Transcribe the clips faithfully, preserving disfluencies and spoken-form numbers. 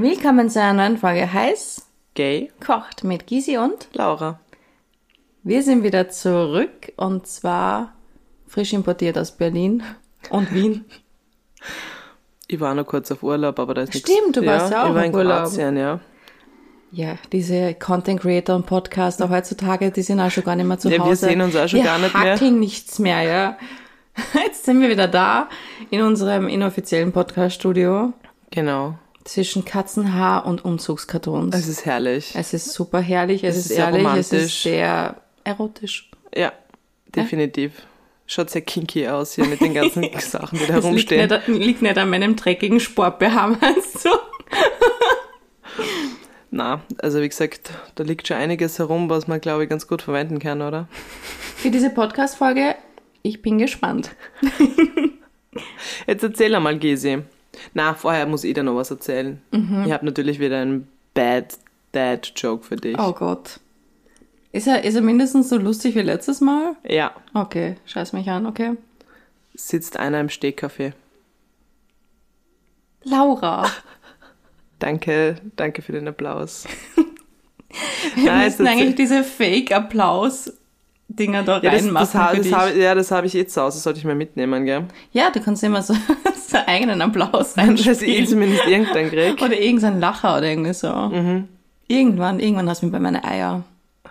Willkommen zu einer neuen Folge Heiß Gay kocht mit Gysi und Laura. Wir sind wieder zurück und zwar frisch importiert aus Berlin und Wien. Ich war noch kurz auf Urlaub, aber da ist nichts. Stimmt, du warst ja auch ich war in auf Urlaub. Kroatien, ja. Ja, diese Content Creator und Podcaster heutzutage, die sind auch schon gar nicht mehr zu Ja, Hause. wir sehen uns auch schon wir gar nicht mehr. hacken nichts mehr, ja. Jetzt sind wir wieder da in unserem inoffiziellen Podcast-Studio Genau. zwischen Katzenhaar und Umzugskartons. Es ist herrlich. Es ist super herrlich, es, Es ist, ist sehr ehrlich, es romantisch. ist sehr erotisch. Ja, definitiv. Schaut sehr kinky aus hier mit den ganzen Sachen, die da Das liegt herumstehen. nicht, liegt nicht an meinem dreckigen Sport meinst du? Na, also wie gesagt, da liegt schon einiges herum, was man, glaube ich, ganz gut verwenden kann, oder? Für diese Podcast-Folge, ich bin gespannt. Jetzt erzähl einmal, Gysi. Na, vorher muss ich dir noch was erzählen. Mhm. Ich habe natürlich wieder einen Bad Dad-Joke für dich. Oh Gott. Ist er, ist er mindestens so lustig wie letztes Mal? Ja, Okay, scheiß mich an, okay. sitzt einer im Stehcafé. Laura. Danke, danke für den Applaus. Wir Nein, müssen das- eigentlich diese Fake-Applaus-Dinger da Ja, das, reinmachen das, ha- für das, dich. habe, ja, das habe ich jetzt aus, das sollte ich mir mitnehmen, gell? Ja, du kannst immer so, so einen eigenen Applaus Dass ich eh reinspielen. zumindest irgendeinen krieg. Oder irgendein Lacher oder irgendwie so. Mhm. Irgendwann, irgendwann hast du mich bei meinen Eier.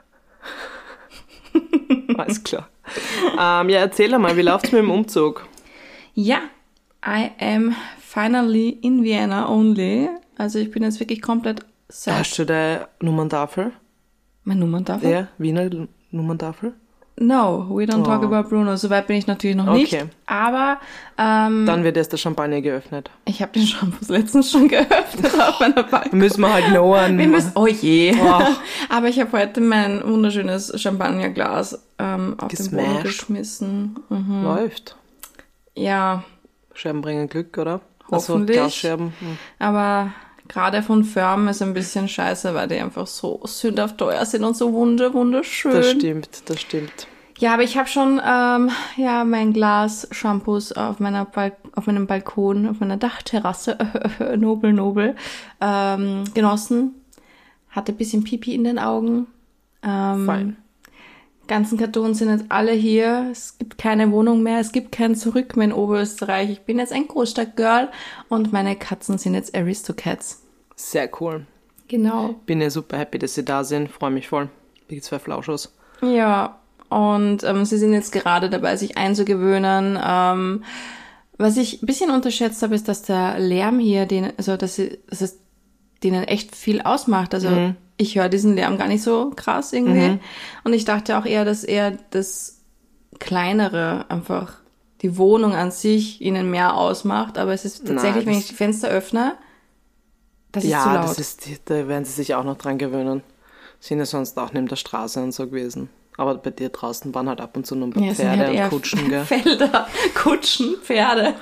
Alles klar. Ähm, ja, erzähl einmal, wie läuft's mit dem Umzug? Ja, I am finally in Vienna only. Also ich bin jetzt wirklich komplett set. Hast du deine Nummerntafel? Meine Nummerntafel? Ja, Wiener L- Nummerntafel? No, we don't talk Oh. about Bruno. Soweit bin ich natürlich noch nicht. Okay. Aber ähm, Dann wird erst der Champagner geöffnet. ich habe den Shampoos letztens schon geöffnet auf meiner Bank. Müssen wir halt noch einen... Wir müssen, oh je. Oh. Aber ich habe heute mein wunderschönes Champagnerglas ähm, auf den Boden Gesmashed. geschmissen. Mhm. Läuft. Ja, Scherben bringen Glück, oder? Hoffentlich. Also Glasscherben. Hm. aber gerade von Firmen ist ein bisschen scheiße, weil die einfach so sündhaft teuer sind und so wunder, wunderschön. Das stimmt, das stimmt. Ja, aber ich habe schon ähm, ja mein Glas Shampoos auf meiner Bal- auf meinem Balkon, auf meiner Dachterrasse, nobel, nobel, ähm, genossen. Hatte ein bisschen Pipi in den Augen. Ähm, Fein. Ganzen Kartons sind jetzt alle hier. Es gibt keine Wohnung mehr. Es gibt kein Zurück mehr in Oberösterreich. Ich bin jetzt ein Großstadtgirl und meine Katzen sind jetzt Aristocats. Sehr cool. Genau. Bin ja super happy, dass sie da sind. Freue mich voll. Die zwei Flauschos. Ja, und ähm, sie sind jetzt gerade dabei, sich einzugewöhnen. Ähm, was ich ein bisschen unterschätzt habe, ist, dass der Lärm hier, den, also dass, sie, dass es denen echt viel ausmacht. Also Mhm. ich höre diesen Lärm gar nicht so krass irgendwie. Mhm. Und ich dachte auch eher, dass eher das Kleinere einfach die Wohnung an sich ihnen mehr ausmacht. Aber es ist tatsächlich, Nein, wenn das- ich die Fenster öffne, das ist ja, zu laut. das ist, da werden sie sich auch noch dran gewöhnen. Sind ja sonst auch neben der Straße und so gewesen. Aber bei dir draußen waren halt ab und zu nur ein paar Ja, es sind Pferde halt eher und Kutschen, gell? Felder, Kutschen, Pferde.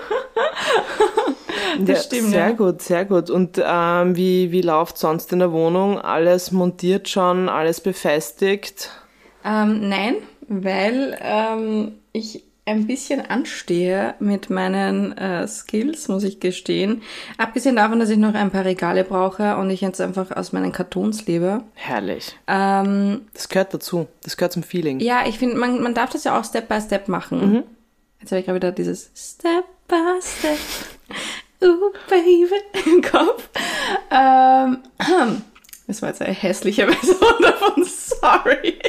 Das Ja, stimmt, sehr ja. gut, sehr gut. Und ähm, wie, wie läuft sonst in der Wohnung? Alles montiert schon, alles befestigt? Ähm, nein, weil ähm, ich ein bisschen anstehe mit meinen äh, Skills, muss ich gestehen. Abgesehen davon, dass ich noch ein paar Regale brauche und ich jetzt einfach aus meinen Kartons lebe. Herrlich. Ähm, Das gehört dazu. Das gehört zum Feeling. ja, ich finde, man, man darf das ja auch Step by Step machen. Mhm. Jetzt habe ich gerade wieder dieses Step by Step, ooh baby, im Kopf. Ähm, das war jetzt eine hässliche Version davon, sorry.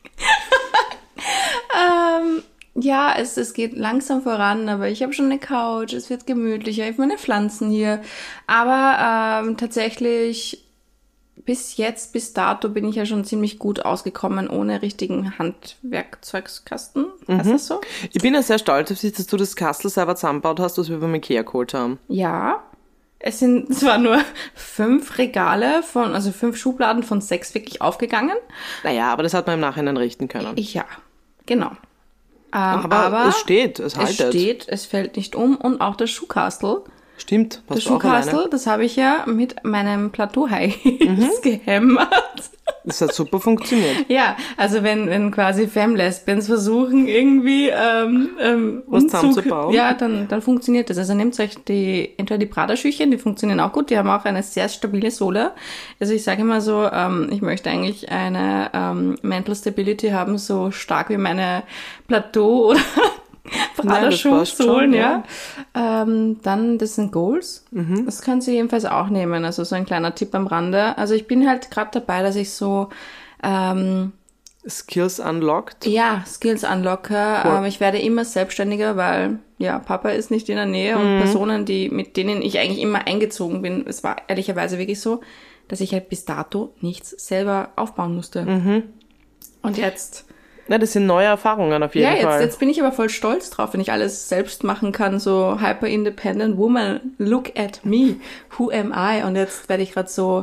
ähm, ja, es, es geht langsam voran, aber ich habe schon eine Couch, es wird gemütlicher, ich habe meine Pflanzen hier. Aber ähm, tatsächlich bis jetzt, bis dato bin ich ja schon ziemlich gut ausgekommen, ohne richtigen Handwerkzeugskasten. Heißt das so? Ich bin ja sehr stolz auf dich, dass du das Kastel selber zusammengebaut hast, was wir beim Ikea geholt haben. Ja. Es sind zwar nur fünf Regale von, also fünf Schubladen von sechs wirklich aufgegangen. Naja, aber das hat man im Nachhinein richten können. Ich, ja, genau. Ähm, aber, aber es steht, es es haltet. steht, es fällt nicht um und auch das Schuhkastel. Stimmt, Das hast du auch alleine. Schuhkastel, das habe ich ja mit meinem Plateauhai Mhm. gehämmert. Das hat super funktioniert. Ja, also wenn, wenn quasi Femme-Lesbians versuchen, irgendwie ähm, ähm, Was Umzug, zusammenzubauen. ja, dann, dann funktioniert das. Also nehmt euch die, entweder die Prada-Schüchchen, die funktionieren auch gut, die haben auch eine sehr stabile Sohle. Also ich sage immer so, ähm, ich möchte eigentlich eine ähm, Mental Stability haben, so stark wie meine Plateau- oder Prada-Schuhsohlen, ja. ja. Ähm, dann, das sind Goals. Mhm. Das können Sie jedenfalls auch nehmen. Also so ein kleiner Tipp am Rande. Also ich bin halt gerade dabei, dass ich so ähm, Skills unlocked. Ja, Skills unlocke. Cool. Ähm, ich werde immer selbstständiger, weil ja, Papa ist nicht in der Nähe mhm. und Personen, die mit denen ich eigentlich immer eingezogen bin, es war ehrlicherweise wirklich so, dass ich halt bis dato nichts selber aufbauen musste. Mhm. Und jetzt... Ja, das sind neue Erfahrungen auf jeden ja, jetzt, Fall. Ja, jetzt bin ich aber voll stolz drauf, wenn ich alles selbst machen kann, so hyper-independent woman, look at me, who am I? Und jetzt werde ich gerade so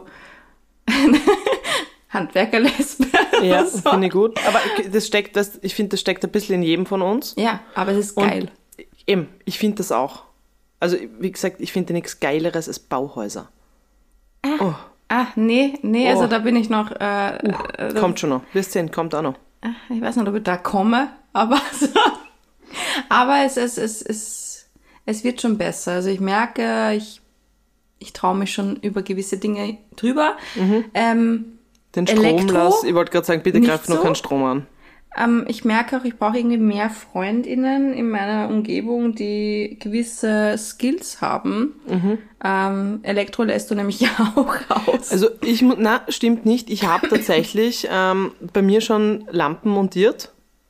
Handwerkerlesbe. Ja, so. finde ich gut. Aber das steckt, das, ich finde, das steckt ein bisschen in jedem von uns. Ja, aber es ist geil. Und eben, ich finde das auch. Also, wie gesagt, ich finde nichts Geileres als Bauhäuser. Ah, oh. ah nee, nee, oh. also da bin ich noch... Äh, uh, äh, kommt schon noch, wirst sehen, kommt auch noch. Ich weiß nicht, ob ich da komme, aber so. aber es, es, es, es, es wird schon besser. Also ich merke, ich, ich traue mich schon über gewisse Dinge drüber. Mhm. Ähm, Den Strom Elektro, lass, ich wollte gerade sagen, bitte greif noch so. keinen Strom an. Ähm, ich merke auch, ich brauche irgendwie mehr FreundInnen in meiner Umgebung, die gewisse Skills haben. Mhm. Ähm, Elektro lässt du nämlich ja auch aus. Also ich, na, stimmt nicht. Ich habe tatsächlich ähm, bei mir schon Lampen montiert.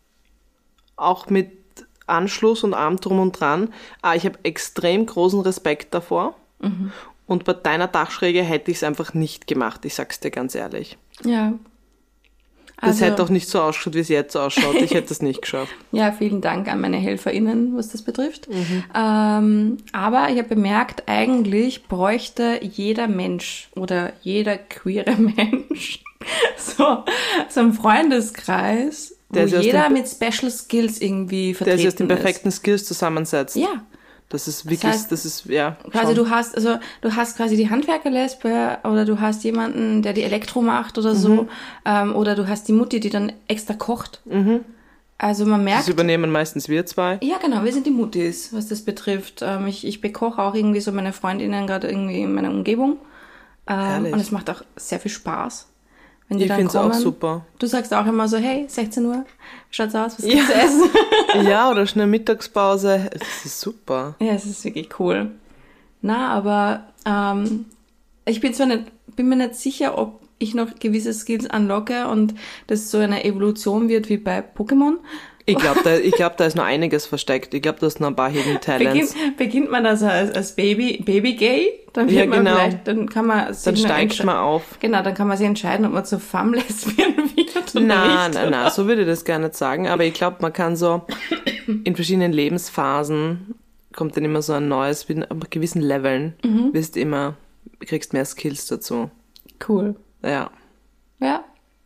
Auch mit Anschluss und Arm drum und dran. Aber ich habe extrem großen Respekt davor. Mhm. Und bei deiner Dachschräge hätte ich es einfach nicht gemacht. Ich sag's dir ganz ehrlich. Ja. Das also, hätte auch nicht so ausgeschaut, wie es jetzt ausschaut. Ich hätte es nicht geschafft. Ja, vielen Dank an meine HelferInnen, was das betrifft. Mhm. Ähm, aber ich habe bemerkt, eigentlich bräuchte jeder Mensch oder jeder queere Mensch so, so einen Freundeskreis, wo jeder mit Special Skills irgendwie vertreten ist. Der sich aus den perfekten Skills zusammensetzt. Ja. Das ist wirklich, das heißt, das ist, ja. Quasi schon. du hast, also du hast quasi die Handwerkerlesbe oder du hast jemanden, der die Elektro macht oder so, mhm. ähm, oder du hast die Mutti, die dann extra kocht. Mhm. Also man merkt... Das übernehmen meistens wir zwei. Ja, genau, wir sind die Muttis, was das betrifft. Ähm, ich, ich bekoche auch irgendwie so meine Freundinnen gerade irgendwie in meiner Umgebung. Ähm, und es macht auch sehr viel Spaß. Wenn die ich finde es auch kommen. super. Du sagst auch immer so, hey, sechzehn Uhr, wie schaut's aus, was gibt's ja. zu essen? Ja, oder schnell Mittagspause. Das ist super. Ja, es ist wirklich cool. Na, aber ähm, ich bin zwar nicht, bin mir nicht sicher, ob ich noch gewisse Skills unlocke und das so eine Evolution wird wie bei Pokémon. Ich glaube, da, ich glaub, da ist noch einiges versteckt. Ich glaube, da ist noch ein paar Hidden Talents. Beginnt, beginnt man also als, als Baby, Baby-Gay, dann wird ja, man genau. vielleicht, dann kann man sich Dann steigt man auf. Genau, dann kann man sich entscheiden, ob man zur Femme-Lesbian wird oder nein, nicht. Nein, nein, so würde ich das gar nicht sagen. Aber ich glaube, man kann so in verschiedenen Lebensphasen kommt dann immer so ein neues, mit gewissen Leveln, mhm. wirst immer, kriegst mehr Skills dazu. Cool. Ja. Ja.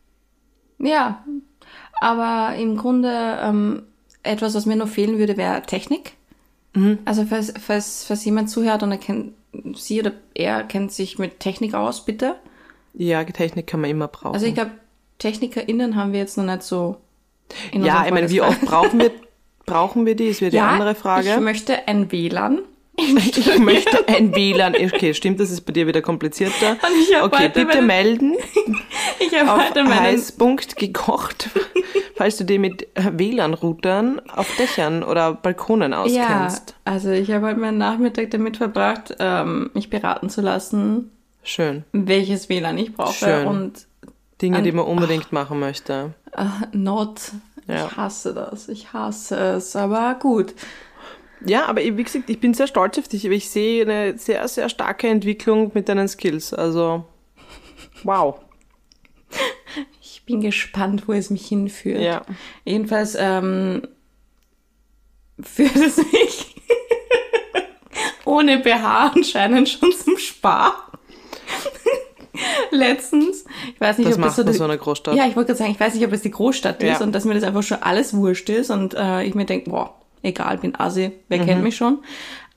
Ja. Aber im Grunde ähm, etwas, was mir noch fehlen würde, wäre Technik. Mhm. Also falls, falls, falls jemand zuhört und er kennt, sie oder er kennt sich mit Technik aus, bitte. Ja, Technik kann man immer brauchen. Also ich glaube, TechnikerInnen haben wir jetzt noch nicht so in Ja, ich meine, wie oft brauchen wir, brauchen wir die? Das wäre die ja, andere Frage. Ich möchte ein W L A N. Ich möchte ein W L A N. Okay, stimmt, das ist bei dir wieder komplizierter. Okay, bitte meine, melden. Ich habe auf heute meinen... Heißpunkt gekocht, falls du dich mit W L A N-Routern auf Dächern oder Balkonen auskennst. Ja, also ich habe heute meinen Nachmittag damit verbracht, ähm, mich beraten zu lassen. Schön. Welches W L A N ich brauche. Schön. Und Dinge, an, die man unbedingt ach, machen möchte. Uh, not. Ja. Ich hasse das. Ich hasse es. Aber gut. Ja, aber wie gesagt, ich bin sehr stolz auf dich, aber ich sehe eine sehr, sehr starke Entwicklung mit deinen Skills. Also, wow. Ich bin gespannt, wo es mich hinführt. Ja. Jedenfalls ähm, führt es mich ohne B H anscheinend schon zum Spar. Letztens, ich weiß nicht, das ob macht das so, man die, so eine Großstadt. Ja, ich wollte gerade sagen, ich weiß nicht, ob es die Großstadt ja. ist und dass mir das einfach schon alles wurscht ist und äh, ich mir denke, boah, egal, bin Assi, wer mhm. kennt mich schon.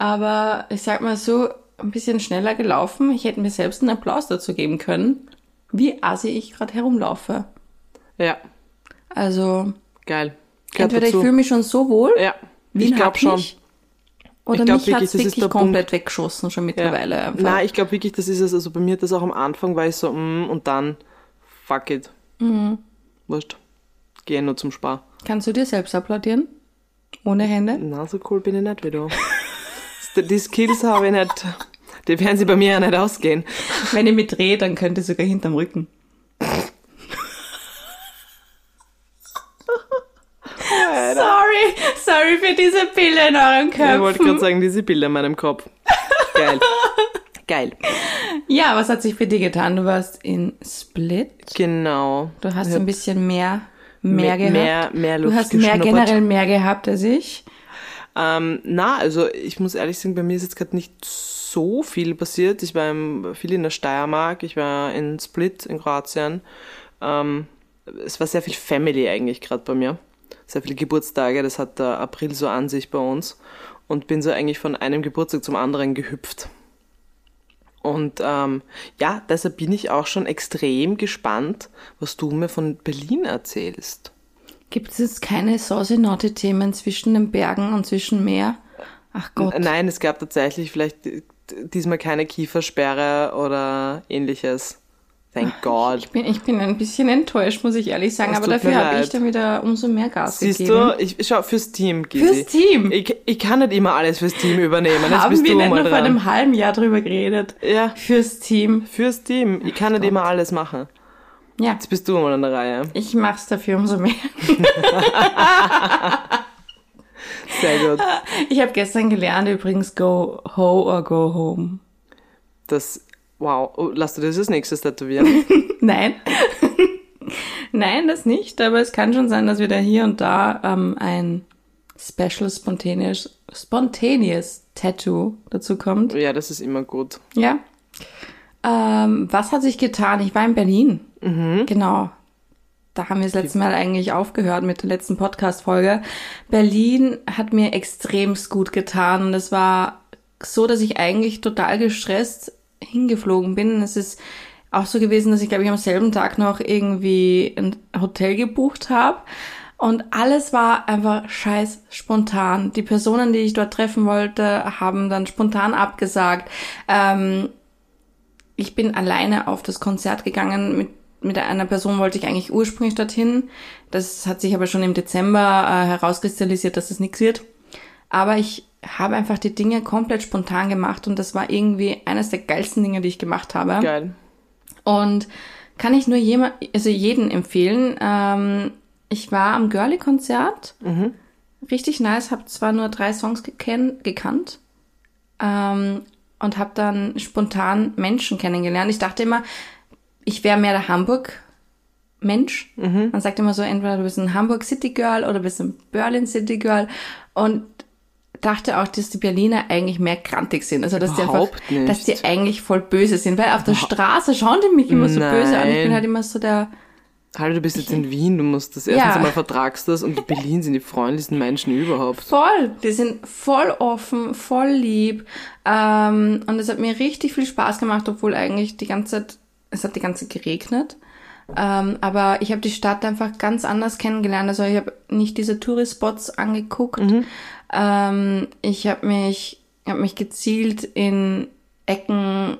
Aber ich sag mal so, ein bisschen schneller gelaufen. Ich hätte mir selbst einen Applaus dazu geben können. wie assi ich gerade herumlaufe. Ja. Also, Geil. Gehört entweder dazu. ich fühle mich schon so wohl, Ja, wie ich ein glaube schon. Hackmilch, oder Ich glaub mich wirklich, hat es das ist wirklich der komplett weggeschossen schon mittlerweile. Ja. Einfach. Nein, ich glaube wirklich, das ist es. Also bei mir hat das auch am Anfang, war ich so, mm, und dann, fuck it. Mhm. Wurscht. Gehe nur zum Spar. Kannst du dir selbst applaudieren? Ohne Hände? Na, so cool bin ich nicht wie du. Die Skills habe ich nicht. Die werden sie bei mir ja nicht ausgehen. Wenn ich mich drehe, dann könnte ich sogar hinterm Rücken. Sorry, sorry für diese Bilder in euren Köpfen. Ich wollte gerade sagen, diese Bilder in meinem Kopf. Geil. Geil. Ja, was hat sich für dich getan? Du warst in Split. Genau. Du hast Ja. ein bisschen mehr, mehr Mehr- gehabt. mehr- mehr Luft Du hast mehr geschnuppert. generell mehr gehabt als ich. Ähm, na, also ich muss ehrlich sagen, bei mir ist jetzt gerade nicht so viel passiert. Ich war im, viel in der Steiermark, ich war in Split in Kroatien. Ähm, es war sehr viel Family eigentlich gerade bei mir. Sehr viele Geburtstage, das hat der April so an sich bei uns. Und bin so eigentlich von einem Geburtstag zum anderen gehüpft. Und ähm, ja, deshalb bin ich auch schon extrem gespannt, was du mir von Berlin erzählst. Gibt es jetzt keine Saucy-Naughty-Themen zwischen den Bergen und zwischen Meer? Ach Gott. Nein, es gab tatsächlich vielleicht diesmal keine Kiefersperre oder ähnliches. Thank God. Ich bin, ich bin ein bisschen enttäuscht, muss ich ehrlich sagen, Es aber tut dafür mir habe leid. ich dann wieder umso mehr Gas Siehst gegeben. du, ich schau fürs Team, Gysi. Fürs Team. Ich, ich kann nicht immer alles fürs Team übernehmen. Jetzt Haben bist wir du nicht mal nur vor dran. einem halben Jahr drüber geredet? Ja, Fürs Team. fürs Team. Ich kann nicht Gott. immer alles machen. Ja, Jetzt bist du mal an der Reihe. ich mach's dafür umso mehr. Sehr gut. Ich habe gestern gelernt übrigens go ho or go home. Das, wow. Oh, lass du das als nächstes tätowieren? Nein. Nein, das nicht, aber es kann schon sein, dass wieder hier und da ähm, ein Special Spontaneous, Spontaneous Tattoo dazu kommt. Ja, das ist immer gut. Ja. Ähm, was hat sich getan? Ich war in Berlin. Mhm. Genau. Da haben wir das letzte Mal eigentlich aufgehört mit der letzten Podcast-Folge. Berlin hat mir extremst gut getan und es war so, dass ich eigentlich total gestresst hingeflogen bin. Es ist auch so gewesen, dass ich, glaube ich, am selben Tag noch irgendwie ein Hotel gebucht habe. Und alles war einfach scheiß spontan. Die Personen, die ich dort treffen wollte, haben dann spontan abgesagt. Ähm, ich bin alleine auf das Konzert gegangen. Mit, mit einer Person wollte ich eigentlich ursprünglich dorthin. Das hat sich aber schon im Dezember äh, herauskristallisiert, dass das nichts wird. Aber ich habe einfach die Dinge komplett spontan gemacht und das war irgendwie eines der geilsten Dinge, die ich gemacht habe. Geil. Und kann ich nur jemand, also jeden empfehlen. Ähm, ich war am Girly-Konzert. Mhm. Richtig nice, habe zwar nur drei Songs geken- gekannt ähm, und habe dann spontan Menschen kennengelernt. Ich dachte immer, ich wäre mehr der Hamburg-Mensch. Mhm. Man sagt immer so, entweder du bist ein Hamburg-City-Girl oder bist ein Berlin-City-Girl. Und dachte auch, dass die Berliner eigentlich mehr krantig sind. Also, dass die einfach, Überhaupt nicht. dass die eigentlich voll böse sind. Weil auf der Straße schauen die mich immer so böse an. Ich bin Nein. halt immer so der, Hallo, du bist jetzt in Wien, du musst das erstens Ja. einmal vertragst das und in Berlin sind die freundlichsten Menschen überhaupt. voll, die sind voll offen, voll lieb. Ähm, und es hat mir richtig viel Spaß gemacht, obwohl eigentlich die ganze Zeit, es hat die ganze Zeit geregnet. Ähm, aber ich habe die Stadt einfach ganz anders kennengelernt. Also ich habe nicht diese Tourist-Spots angeguckt. Ähm, ich habe mich, hab mich gezielt in Ecken,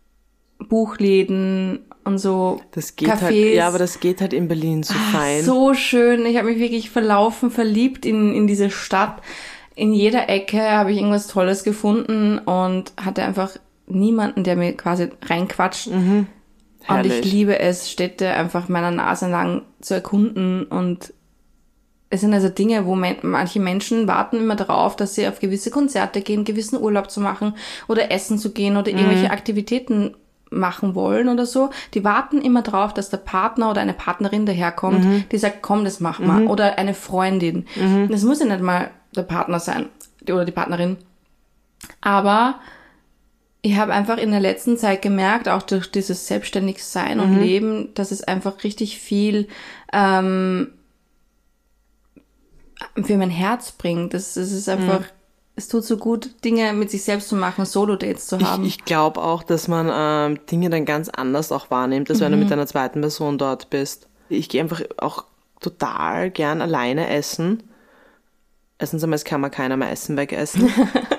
Buchläden und so Das geht Cafés. halt, ja, aber das geht halt in Berlin so fein. So schön. Ich habe mich wirklich verlaufen, verliebt in, in diese Stadt. In jeder Ecke habe ich irgendwas Tolles gefunden und hatte einfach niemanden, der mir quasi reinquatscht. Und Herrlich. ich liebe es, Städte einfach meiner Nase lang zu erkunden. Und es sind also Dinge, wo men- manche Menschen warten immer darauf, dass sie auf gewisse Konzerte gehen, gewissen Urlaub zu machen oder essen zu gehen oder irgendwelche Aktivitäten machen wollen oder so. Die warten immer drauf, dass der Partner oder eine Partnerin daherkommt, die sagt, komm, das mach mal. Oder eine Freundin. Das muss ja nicht mal der Partner sein die- oder die Partnerin. Aber ich habe einfach in der letzten Zeit gemerkt, auch durch dieses Selbstständigsein und Leben, dass es einfach richtig viel ähm, für mein Herz bringt. Das, das ist einfach es tut so gut, Dinge mit sich selbst zu machen, Solo-Dates zu haben. Ich, ich glaube auch, dass man ähm, Dinge dann ganz anders auch wahrnimmt, als wenn du mit einer zweiten Person dort bist. Ich gehe einfach auch total gern alleine essen. Erstens einmal, es kann man keiner mehr Essen wegessen.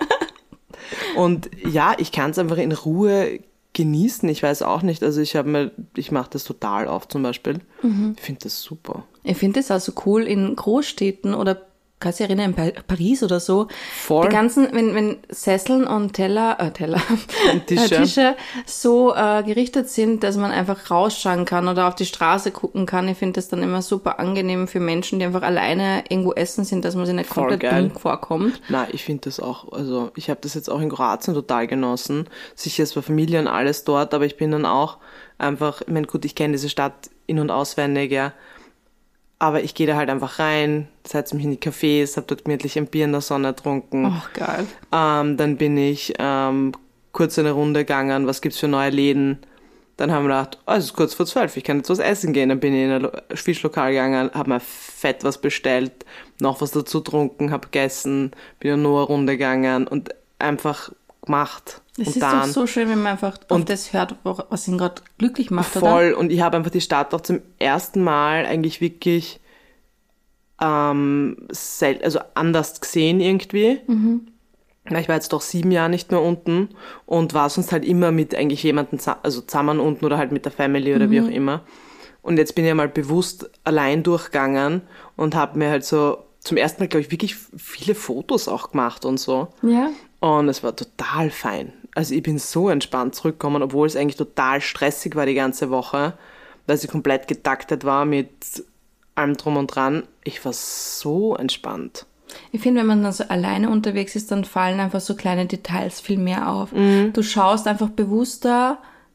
Und ja, ich kann es einfach in Ruhe genießen. Ich weiß auch nicht, also ich habe mir, ich mache das total oft zum Beispiel. Mhm. Ich finde das super. Ich finde das also cool in Großstädten oder kannst du dich erinnern, in Paris oder so. Voll. Die ganzen, wenn, wenn Sesseln und Teller, äh, Teller, Und Tische. äh, Tische so äh, gerichtet sind, dass man einfach rausschauen kann oder auf die Straße gucken kann. Ich finde das dann immer super angenehm für Menschen, die einfach alleine irgendwo essen sind, dass man sich nicht Voll komplett geil. dumm vorkommt. Nein, ich finde das auch, also ich habe das jetzt auch in Kroatien total genossen. Sicher, es war Familie und alles dort, aber ich bin dann auch einfach, ich meine, gut, ich kenne diese Stadt in- und auswendig, ja. Aber ich gehe da halt einfach rein, setze mich in die Cafés, habe dort gemütlich ein Bier in der Sonne getrunken. Ach, geil. Ähm, dann bin ich ähm, kurz eine Runde gegangen, was gibt's für neue Läden. Dann haben wir gedacht, oh, es ist kurz vor zwölf, ich kann jetzt was essen gehen. Dann bin ich in ein Lo- Fischlokal gegangen, habe mir fett was bestellt, noch was dazu getrunken, habe gegessen, bin dann noch eine Runde gegangen und einfach gemacht. Es und ist dann, doch so schön, wenn man einfach auf und das hört, wo- was ihn gerade glücklich macht, oder? voll. Und ich habe einfach die Stadt auch zum ersten Mal eigentlich wirklich ähm, sel- also anders gesehen irgendwie. Mhm. Ich war jetzt doch sieben Jahre nicht mehr unten und war sonst halt immer mit eigentlich jemandem, za- also zusammen unten oder halt mit der Family oder wie auch immer. Und jetzt bin ich mal bewusst allein durchgegangen und habe mir halt so zum ersten Mal, glaube ich, wirklich viele Fotos auch gemacht und so. Ja. Und es war total fein. Also ich bin so entspannt zurückgekommen, obwohl es eigentlich total stressig war die ganze Woche, weil sie komplett getaktet war mit allem drum und dran. Ich war so entspannt. Ich finde, wenn man dann so alleine unterwegs ist, dann fallen einfach so kleine Details viel mehr auf. Mhm. Du schaust einfach bewusster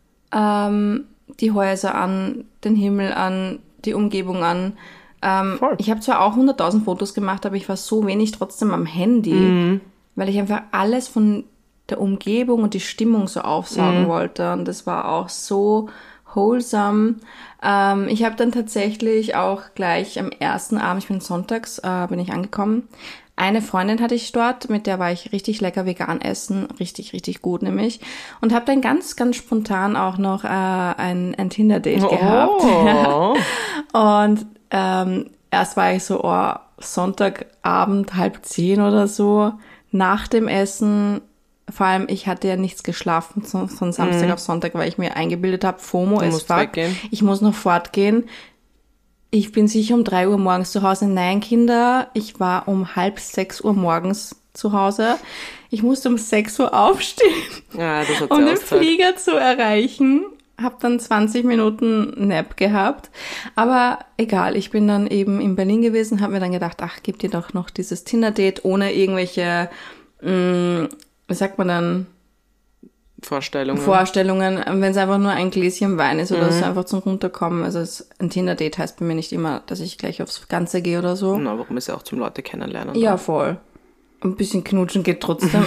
ähm, die Häuser an, den Himmel an, die Umgebung an. Ähm, Voll. ich habe zwar auch hunderttausend Fotos gemacht, aber ich war so wenig trotzdem am Handy, mhm. weil ich einfach alles von der Umgebung und die Stimmung so aufsaugen mhm. wollte. Und das war auch so wholesome. Ähm, ich habe dann tatsächlich auch gleich am ersten Abend, ich bin sonntags, äh, bin ich angekommen. Eine Freundin hatte ich dort, mit der war ich richtig lecker vegan essen, richtig, richtig gut nämlich. Und habe dann ganz, ganz spontan auch noch äh, ein, ein Tinder-Date oh. gehabt. Ja. Und ähm, erst war ich so, oh, Sonntagabend, halb zehn oder so, nach dem Essen. Vor allem, ich hatte ja nichts geschlafen von Samstag mhm. auf Sonntag, weil ich mir eingebildet habe, FOMO ist fuck. Ich muss noch fortgehen. Ich bin sicher um drei Uhr morgens zu Hause. Nein, Kinder, ich war um halb sechs Uhr morgens zu Hause. Ich musste um sechs Uhr aufstehen, ja, das hat um den Flieger zu erreichen. Hab dann zwanzig Minuten Nap gehabt. Aber egal, ich bin dann eben in Berlin gewesen, habe mir dann gedacht, ach, gib dir doch noch dieses Tinder-Date ohne irgendwelche, mh, wie sagt man dann? Vorstellungen. Vorstellungen, wenn es einfach nur ein Gläschen Wein ist oder mhm. so einfach zum Runterkommen. Also es, ein Tinder-Date heißt bei mir nicht immer, dass ich gleich aufs Ganze gehe oder so. Na, warum ist ja auch zum Leute kennenlernen? Ja, voll. Ein bisschen knutschen geht trotzdem.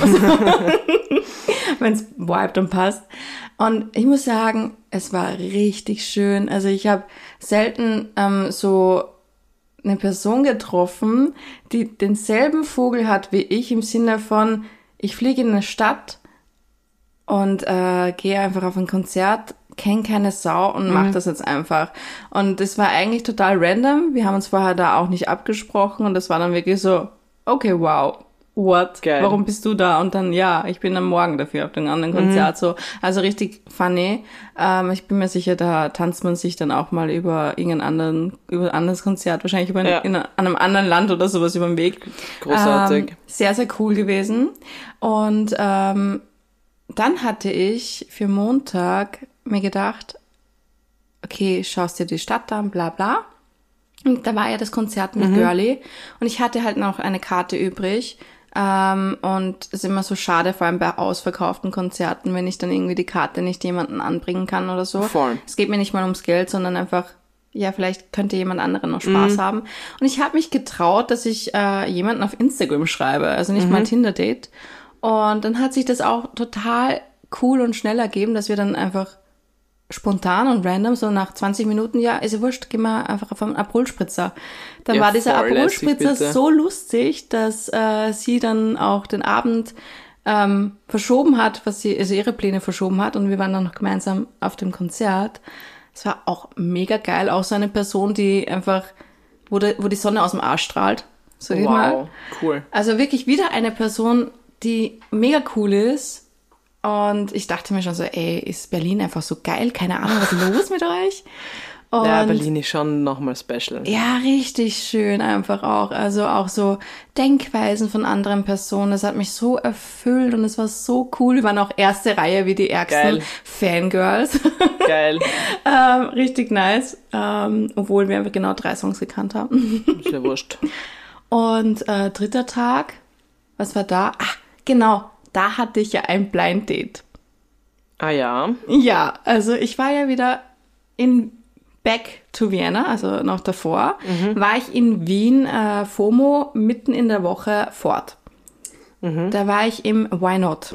Wenn es vibet und passt. Und ich muss sagen, es war richtig schön. Also ich habe selten ähm, so eine Person getroffen, die denselben Vogel hat wie ich, im Sinne von, ich fliege in eine Stadt und äh, gehe einfach auf ein Konzert, kenne keine Sau und mach mhm. das jetzt einfach. Und das war eigentlich total random. Wir haben uns vorher da auch nicht abgesprochen und das war dann wirklich so, okay, wow, what? Geil. Warum bist du da? Und dann, ja, ich bin am Morgen dafür auf dem anderen Konzert. Mhm. So, also richtig funny. Ähm, ich bin mir sicher, da tanzt man sich dann auch mal über irgendeinen anderen, über ein anderes Konzert, wahrscheinlich über ein, ja. in einem anderen Land oder sowas über den Weg. Großartig. Ähm, sehr, sehr cool gewesen. Und ähm, dann hatte ich für Montag mir gedacht, okay, schaust dir die Stadt an, bla bla. Und da war ja das Konzert mit mhm. Girlie. Und ich hatte halt noch eine Karte übrig. Ähm, und es ist immer so schade, vor allem bei ausverkauften Konzerten, wenn ich dann irgendwie die Karte nicht jemanden anbringen kann oder so. Voll. Es geht mir nicht mal ums Geld, sondern einfach, ja, vielleicht könnte jemand anderen noch Spaß mhm. haben. Und ich habe mich getraut, dass ich äh, jemanden auf Instagram schreibe, also nicht mhm. mal ein spontan und random, so nach zwanzig Minuten, ja, ist ja wurscht, gehen wir einfach auf einen Aperol-Spritzer. Dann Ja, war dieser voll lässig, Aperol-Spritzer bitte. so lustig, dass äh, sie dann auch den Abend ähm, verschoben hat, was sie, also ihre Pläne verschoben hat, und wir waren dann noch gemeinsam auf dem Konzert. Es war auch mega geil, auch so eine Person, die einfach, wo, de, wo die Sonne aus dem Arsch strahlt. Sag ich mal. Wow, cool. Also wirklich wieder eine Person, die mega cool ist. Und ich dachte mir schon so, ey, ist Berlin einfach so geil? Keine Ahnung, was ist los mit euch? Und Ja, Berlin ist schon nochmal special. ja, richtig schön einfach auch. Also auch so Denkweisen von anderen Personen. Das hat mich so erfüllt und es war so cool. Wir waren auch erste Reihe wie die ärgsten Geil. Fangirls. Geil. ähm, richtig nice. Ähm, obwohl wir genau drei Songs gekannt haben. Ist ja wurscht. Und äh, dritter Tag, was war da? Ah, genau, da hatte ich ja ein Blind Date. Ah ja. Ja, also ich war ja wieder in Back to Vienna, also noch davor, war ich in Wien, äh, FOMO, mitten in der Woche fort. Da war ich im Why Not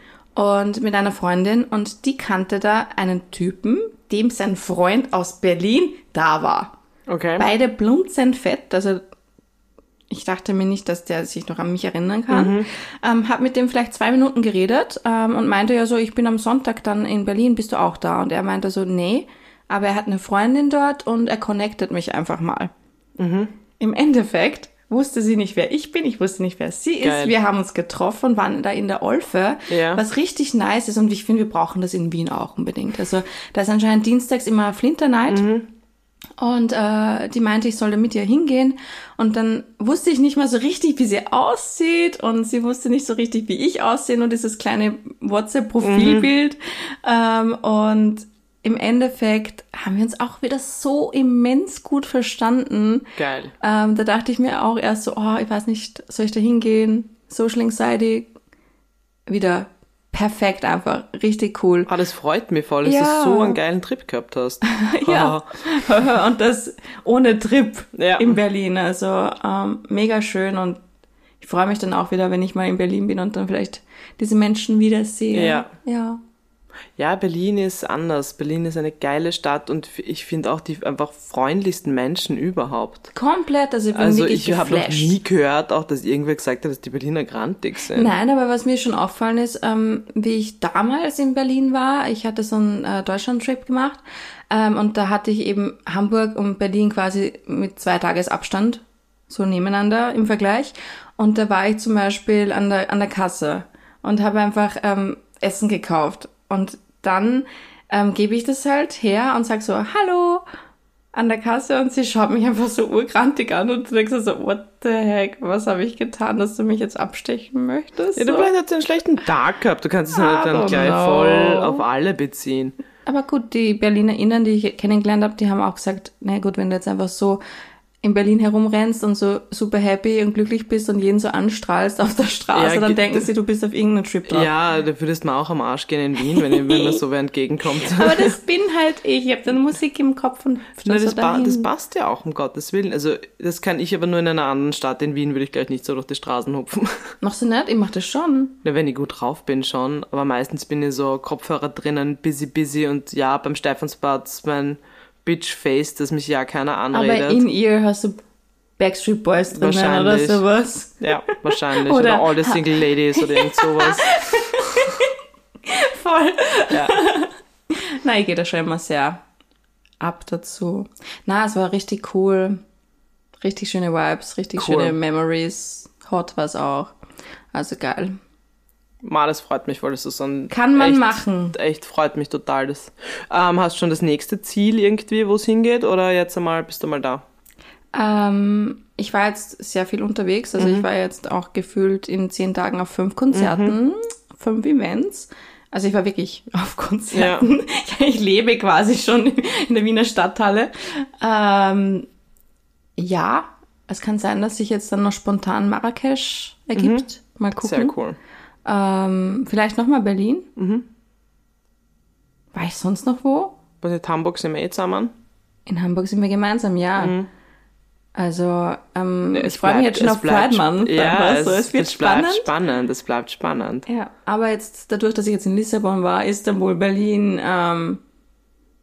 und mit einer Freundin, und die kannte da einen Typen, dem sein Freund aus Berlin da war. Okay. Beide blumzenfett, also ich dachte mir nicht, dass der sich noch an mich erinnern kann. Mhm. Ähm, hab mit dem vielleicht zwei Minuten geredet ähm, und meinte ja so, ich bin am Sonntag dann in Berlin, bist du auch da? Und er meinte so, nee, aber er hat eine Freundin dort und er connectet mich einfach mal. Mhm. Im Endeffekt wusste sie nicht, wer ich bin, ich wusste nicht, wer sie Geil. ist. Wir haben uns getroffen, waren da in der Olfe, Ja. was richtig nice ist, und ich finde, wir brauchen das in Wien auch unbedingt. Also da ist anscheinend dienstags immer Flinter Night. Mhm. Und äh, die meinte, ich sollte mit ihr hingehen. Und dann wusste ich nicht mal so richtig, wie sie aussieht. Und sie wusste nicht so richtig, wie ich aussehe. Nur dieses kleine WhatsApp-Profilbild. Mhm. Ähm, und im Endeffekt haben wir uns auch wieder so immens gut verstanden. Geil. Ähm, da dachte ich mir auch erst so, oh, ich weiß nicht, soll ich da hingehen? Social Anxiety. Wieder perfekt einfach. Richtig cool. Ah, das freut mich voll, dass Ja. du so einen geilen Trip gehabt hast. Ja, und das ohne Trip Ja. in Berlin. Also ähm, mega schön, und ich freue mich dann auch wieder, wenn ich mal in Berlin bin und dann vielleicht diese Menschen wiedersehe. Ja. Ja. Ja, Berlin ist anders. Berlin ist eine geile Stadt und ich finde auch die einfach freundlichsten Menschen überhaupt. Komplett, also ich bin Also wirklich ich habe noch geflasht. nie gehört, auch dass irgendwer gesagt hat, dass die Berliner grantig sind. Nein, aber was mir schon auffallen ist, ähm, wie ich damals in Berlin war, ich hatte so einen äh, Deutschland-Trip gemacht ähm, und da hatte ich eben Hamburg und Berlin quasi mit zwei Tages Abstand, so nebeneinander im Vergleich. Und da war ich zum Beispiel an der, an der Kasse und habe einfach ähm, Essen gekauft. Und dann ähm, gebe ich das halt her und sag so, hallo, an der Kasse, und sie schaut mich einfach so urgrantig an und du denkst so, what the heck, was habe ich getan, dass du mich jetzt abstechen möchtest? Ja, du So. vielleicht hast du einen schlechten Tag gehabt. Du kannst es halt I dann don't gleich know. voll auf alle beziehen. Aber gut, die BerlinerInnen, die ich kennengelernt habe, die haben auch gesagt, na gut, wenn du jetzt einfach so in Berlin herumrennst und so super happy und glücklich bist und jeden so anstrahlst auf der Straße, Ja, dann ge- denken sie, du bist auf irgendeinem Trip drauf. Ja, da würdest du mir auch am Arsch gehen in Wien, wenn, wenn mir so wer entgegenkommt. Aber das bin halt ich. Ich habe dann Musik im Kopf und Na, so das, pa dahin. das passt ja auch, um Gottes Willen. Also das kann ich aber nur in einer anderen Stadt. In Wien würde ich gleich nicht so durch die Straßen hupfen. Machst du nicht? Ich mach das schon. Ja, wenn ich gut drauf bin schon, aber meistens bin ich so Kopfhörer drinnen, busy, busy und ja, beim Stephansplatz mein Bitch-Face, das mich ja keiner anredet. Aber in ihr hast du Backstreet Boys drin oder Wahrscheinlich. sowas. Ja, wahrscheinlich. Oder- Oder, All the Single Ladies oder irgend sowas. Voll. Ja. Nein, ich gehe da schon immer sehr ab dazu. Na, es war richtig cool. Richtig schöne Vibes, richtig Cool. schöne Memories. Hot war es auch. Also geil. Ma, das freut mich voll, dass du so ein... Kann man echt, machen. Echt, freut mich total. Das. Ähm, hast du schon das nächste Ziel irgendwie, wo es hingeht? Oder jetzt einmal, bist du mal da? Ähm, ich war jetzt sehr viel unterwegs. Also ich war jetzt auch gefühlt in zehn Tagen auf fünf Konzerten, fünf Events. Also ich war wirklich auf Konzerten. Ja. Ich lebe quasi schon in der Wiener Stadthalle. Ähm, ja, es kann sein, dass sich jetzt dann noch spontan Marrakesch ergibt. Mal gucken. Sehr cool. Ähm, vielleicht nochmal Berlin. War ich sonst noch wo? Was jetzt Hamburg sind wir eh zusammen? In Hamburg sind wir gemeinsam, ja. Also, ähm, Es ich freue mich bleibt- jetzt schon es auf bleibt- Pride Month. Ja, einfach es, so. es wird es bleibt spannend. spannend. Es bleibt spannend. Ja, aber jetzt, dadurch, dass ich jetzt in Lissabon war, Istanbul, Berlin, ähm,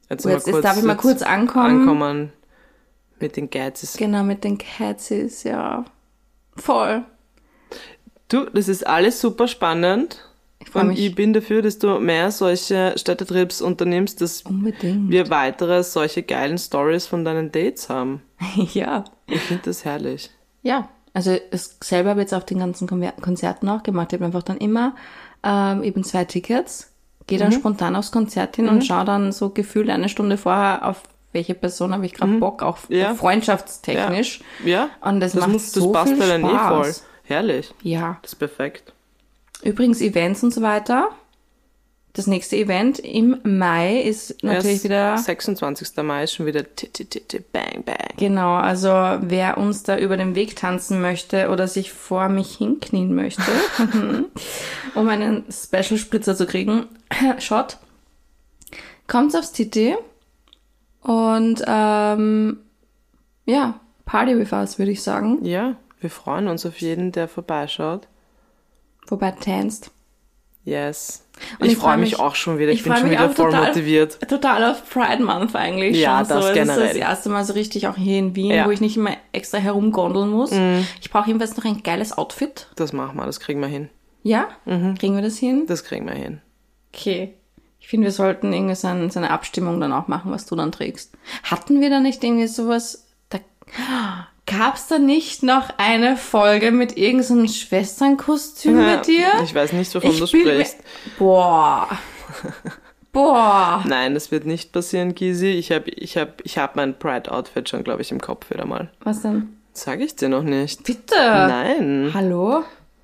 Jetzt, Oh, mal jetzt, jetzt darf ich mal jetzt kurz ankommen. ankommen mit den Geizes. Genau, mit den Katzis, ja. Voll. Du, das ist alles super spannend. Ich freu Und mich. ich bin dafür, dass du mehr solche Städtetrips unternimmst, dass Unbedingt. wir weitere solche geilen Stories von deinen Dates haben. Ja. Ich finde das herrlich. Ja, also es selber habe ich jetzt auf den ganzen Konver- Konzerten auch gemacht. Ich habe einfach dann immer ähm, eben zwei Tickets, gehe dann spontan aufs Konzert hin und schaue dann so gefühlt eine Stunde vorher, auf welche Person habe ich gerade Bock, auch Ja. freundschaftstechnisch. Ja, Und das, macht muss, so das passt viel bei deinem eh voll. Spaß. Herrlich. Ja. Das ist perfekt. Übrigens Events und so weiter. Das nächste Event im Mai ist natürlich Erst wieder... sechsundzwanzigster Mai ist schon wieder t -t -t -t bang bang. Genau, also wer uns da über den Weg tanzen möchte oder sich vor mich hinknien möchte, um einen Special-Spritzer zu kriegen, Shot, kommt aufs Titi und ähm, ja, Party with us, würde ich sagen. Ja, wir freuen uns auf jeden, der vorbeischaut. Wobei tanzt. Yes. Und ich ich freue freu mich, mich- auch schon wieder. Ich, ich bin freu schon mich wieder auch voll total- motiviert. Total auf Pride Month eigentlich Ja, schon das so. Das ist generell. das erste Mal so richtig auch hier in Wien, Ja. Mhm. wo ich nicht immer extra herumgondeln muss. Ich brauche jedenfalls noch ein geiles Outfit. Das machen wir, das kriegen wir hin. Ja? Mhm. Kriegen wir das hin? Das kriegen wir hin. Okay. Ich finde, wir sollten irgendwie so, ein, so eine Abstimmung dann auch machen, was du dann trägst. Hatten wir da nicht irgendwie sowas? Da, gab's da nicht noch eine Folge mit irgendeinem Schwesternkostüm Ja, bei dir? Ich weiß nicht, wovon Ich du spiel- sprichst. Boah. Boah. Nein, das wird nicht passieren, Gysi. Ich habe ich hab, ich hab mein Pride-Outfit schon, glaube ich, im Kopf wieder mal. Was denn? Sag ich dir noch nicht. Bitte. Nein. Hallo?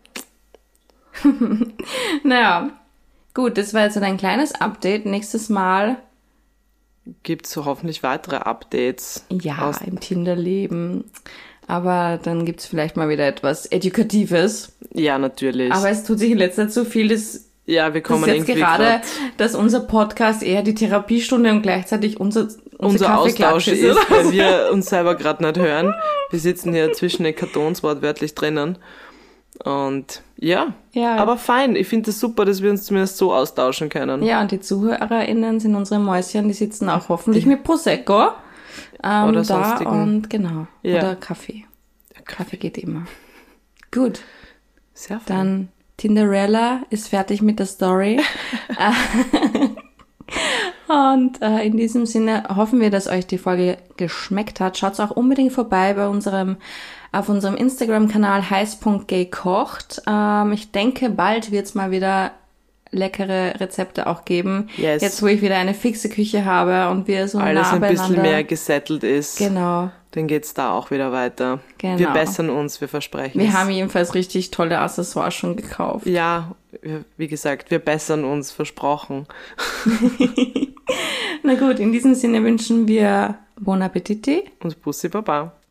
Naja. Gut, das war jetzt ein kleines Update. Nächstes Mal, Gibt es hoffentlich weitere Updates. ja, Aus, im Tinder-Leben. Aber dann gibt's vielleicht mal wieder etwas Edukatives. ja, natürlich. Aber es tut sich in letzter Zeit so viel, dass, ja, wir dass kommen jetzt irgendwie gerade, grad- dass unser Podcast eher die Therapiestunde und gleichzeitig unser, unser, unser Austausch Kaffeeklatsch ist, ist. weil wir uns selber gerade nicht hören. Wir sitzen hier zwischen den Kartons wortwörtlich drinnen. Und ja, Ja. aber fein. Ich finde es das super, dass wir uns zumindest so austauschen können. Ja, und die ZuhörerInnen sind unsere Mäuschen, die sitzen auch hoffentlich mit Prosecco ähm, Oder da sonstigen. und genau. Ja. Oder Kaffee. Kaffee geht immer. Gut, Sehr fein. dann Tinderella ist fertig mit der Story. Und äh, in diesem Sinne hoffen wir, dass euch die Folge geschmeckt hat. Schaut auch unbedingt vorbei bei unserem auf unserem Instagram-Kanal heiß punkt gay kocht. Ähm, ich denke, bald wird's mal wieder leckere Rezepte auch geben. Yes. Jetzt, wo ich wieder eine fixe Küche habe und wir so Alles nah ein bisschen beieinander... mehr gesettelt ist. Genau. Dann geht's da auch wieder weiter. Genau. Wir bessern uns, wir versprechen Wir es. haben jedenfalls richtig tolle Accessoires schon gekauft. Ja, wir- wie gesagt, wir bessern uns, versprochen. Na gut, in diesem Sinne wünschen wir Bon Appetit. Und Bussi Baba.